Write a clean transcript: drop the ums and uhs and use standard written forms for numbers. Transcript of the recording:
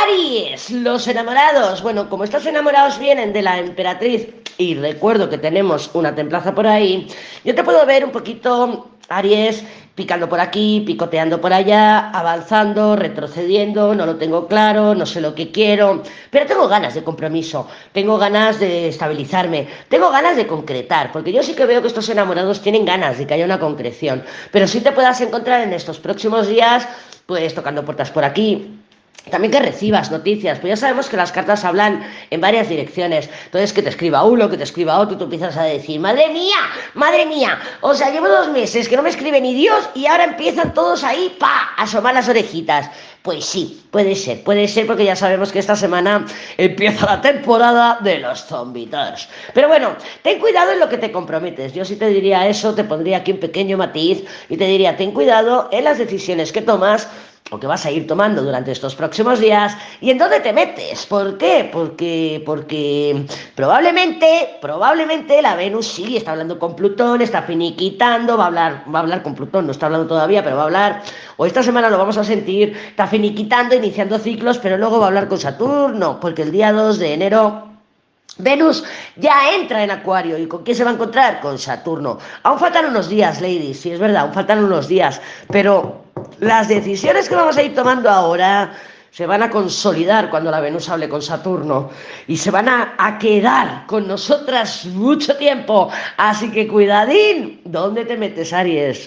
Aries, los enamorados. Bueno, como estos enamorados vienen de la emperatriz y recuerdo que tenemos una templaza por ahí, yo te puedo ver un poquito, Aries, picando por aquí, picoteando por allá, avanzando, retrocediendo, no lo tengo claro, no sé lo que quiero, pero tengo ganas de compromiso, tengo ganas de estabilizarme, tengo ganas de concretar, porque yo sí que veo que estos enamorados tienen ganas de que haya una concreción, pero sí te puedas encontrar en estos próximos días, pues tocando puertas por aquí. También que recibas noticias, pues ya sabemos que las cartas hablan en varias direcciones. Entonces, que te escriba uno, que te escriba otro, y tú empiezas a decir, madre mía, o sea, llevo 2 meses que no me escribe ni Dios y ahora empiezan todos ahí, pa, a asomar las orejitas. Pues sí, puede ser porque ya sabemos que esta semana empieza la temporada de los zombitas. Pero bueno, ten cuidado en lo que te comprometes. Yo sí te diría eso, te pondría aquí un pequeño matiz y te diría, ten cuidado en las decisiones que tomas o que vas a ir tomando durante estos próximos días y en dónde te metes. ¿Por qué? Porque probablemente la Venus sí está hablando con Plutón, está finiquitando, va a hablar con Plutón, no está hablando todavía, pero va a hablar, o esta semana lo vamos a sentir, está finiquitando, iniciando ciclos, pero luego va a hablar con Saturno, porque el día 2 de enero Venus ya entra en Acuario. ¿Y con quién se va a encontrar? Con Saturno. Aún faltan unos días, ladies, sí es verdad, aún faltan unos días, pero las decisiones que vamos a ir tomando ahora se van a consolidar cuando la Venus hable con Saturno y se van a quedar con nosotras mucho tiempo. Así que cuidadín, ¿dónde te metes, Aries?